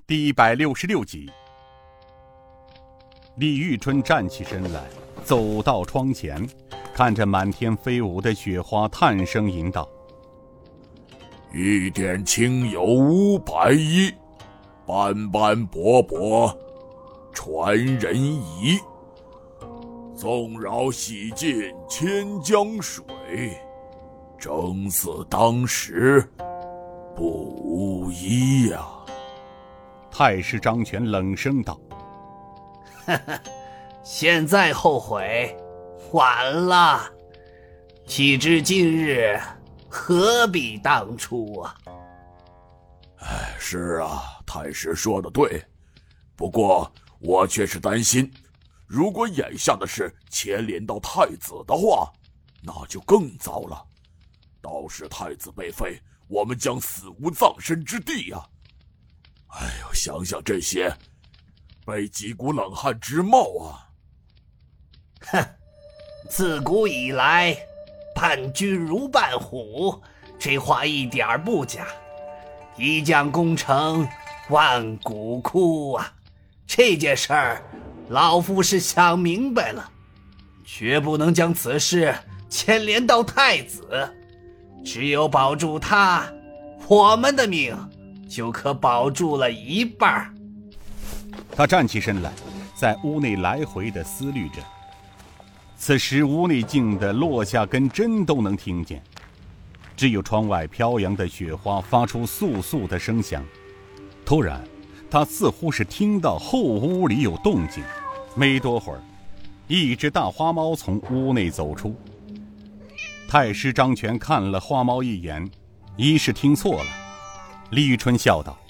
第166集。李玉春站起身来，走到窗前，看着满天飞舞的雪花，叹声吟道： 一点情有500亿，斑斑驳驳传人疑。纵扰洗尽千江水，争似当时不无疑呀。 太师张全冷声道： 现在后悔晚了，岂知今日何必当初啊。 是啊，太师说的对，不过我却是担心，如果眼下的事牵连到太子的话，那就更糟了。到时太子被废，我们将死无葬身之地呀。想想这些，背几股冷汗直冒啊。 自古以来，伴君如伴虎，这话一点不假。一将功成万骨枯啊！这件事儿，老夫是想明白了，绝不能将此事牵连到太子。只有保住他，我们的命就可保住了一半。 他站起身来，在屋内来回地思虑着。此时屋内静得落下根针都能听见，只有窗外飘扬的雪花发出簌簌的声响。突然，他似乎是听到后屋里有动静，没多会儿，一只大花猫从屋内走出。太师张全看了花猫一眼，一是听错了。李玉春笑道：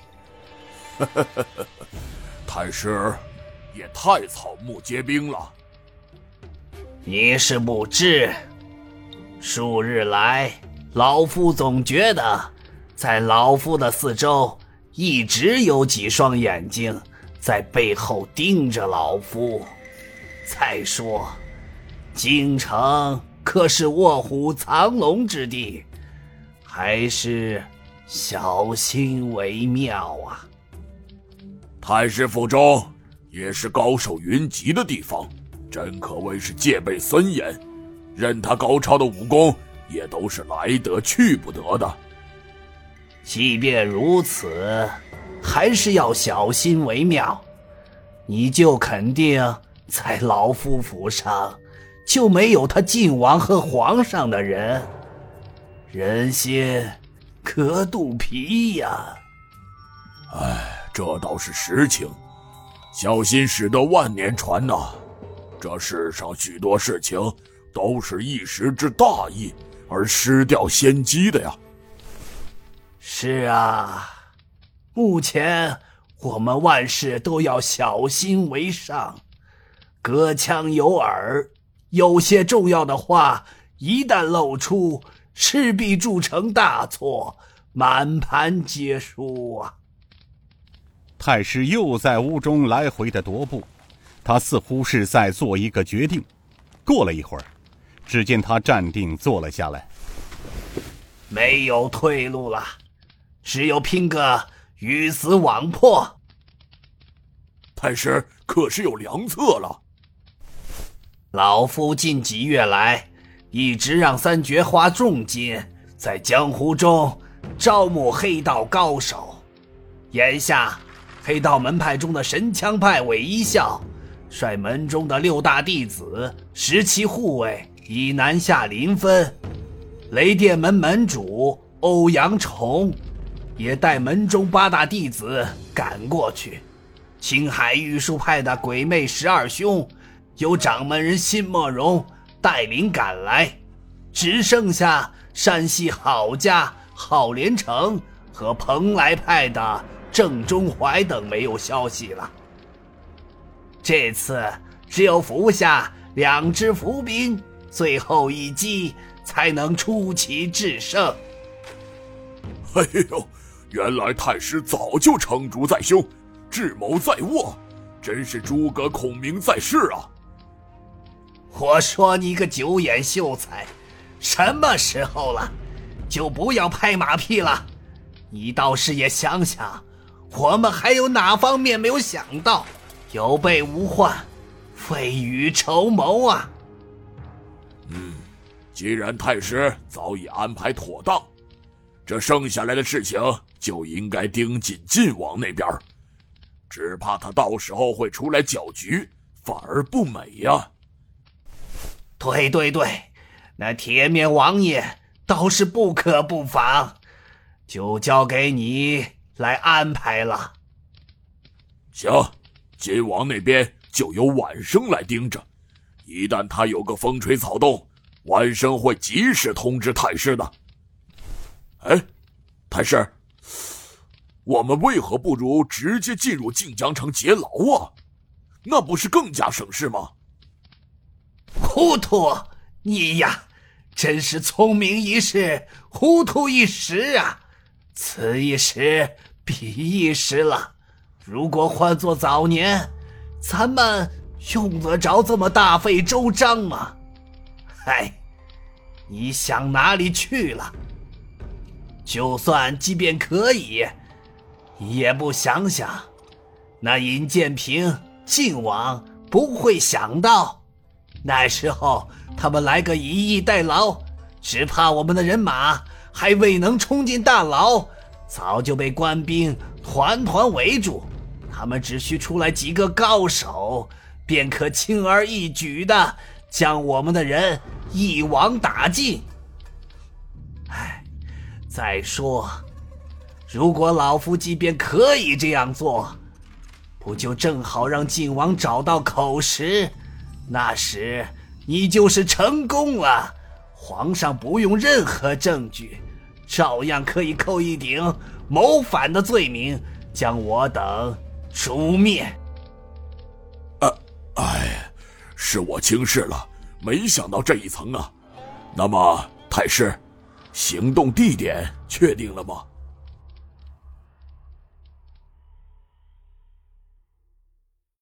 太师也太草木皆兵了。 你是不知，数日来，老夫总觉得在老夫的四周一直有几双眼睛在背后盯着老夫。再说，京城可是卧虎藏龙之地，还是小心为妙啊。 太师府中也是高手云集的地方，真可谓是戒备森严，任他高超的武功也都是来得去不得的。 即便如此，还是要小心为妙。你就肯定在老夫府上就没有他晋王和皇上的人？人心隔肚皮呀。 这倒是实情，小心驶得万年船呐。这世上许多事情都是一时之大意而失掉先机的呀。 是啊，目前我们万事都要小心为上，隔腔有耳，有些重要的话一旦露出，势必铸成大错，满盘皆输啊。 太师又在屋中来回的踱步，他似乎是在做一个决定。过了一会儿，只见他站定坐了下来。 没有退路了，只有拼个鱼死网破。 太师可是有良策了。 老夫近几月来一直让三绝花重金在江湖中招募黑道高手，眼下黑道门派中的神枪派韦一笑率门中的6大弟子17护卫已南下临汾，雷电门门主欧阳崇也带门中8大弟子赶过去。青海玉树派的鬼魅12兄由掌门人辛莫荣带领赶来，只剩下山西郝家郝连成和蓬莱派的郑中怀等没有消息了。这次只有服下2支伏兵，最后一击才能出奇制胜。 原来太师早就成竹在胸，智谋在握，真是诸葛孔明在世啊。 我说你个九眼秀才，什么时候了，就不要拍马屁了。你倒是也想想， 我们还有哪方面没有想到？有备无患，未雨绸缪啊！ 既然太师早已安排妥当，这剩下来的事情就应该盯紧晋王那边，只怕他到时候会出来搅局，反而不美呀。 对，那铁面王爷倒是不可不防，就交给你来安排了。 行，晋王那边就由晚生来盯着，一旦他有个风吹草动，晚生会及时通知太师的。哎，太师，我们为何不如直接进入晋江城劫牢啊？那不是更加省事吗？ 糊涂，你呀，真是聪明一世，糊涂一时啊！此一时彼一时了。如果换作早年，咱们用得着这么大费周章吗？嗨，你想哪里去了？就算即便可以，你也不想想，那尹建平、晋王不会想到，那时候他们来个以逸待劳，只怕我们的人马还未能冲进大牢，早就被官兵团团围住。他们只需出来几个高手，便可轻而易举地将我们的人一网打尽。再说，如果老夫即便可以这样做，不就正好让晋王找到口实？那时你就是成功了，皇上不用任何证据，照样可以扣一顶谋反的罪名，将我等诛灭。 是我轻视了，没想到这一层啊。那么太师，行动地点确定了吗？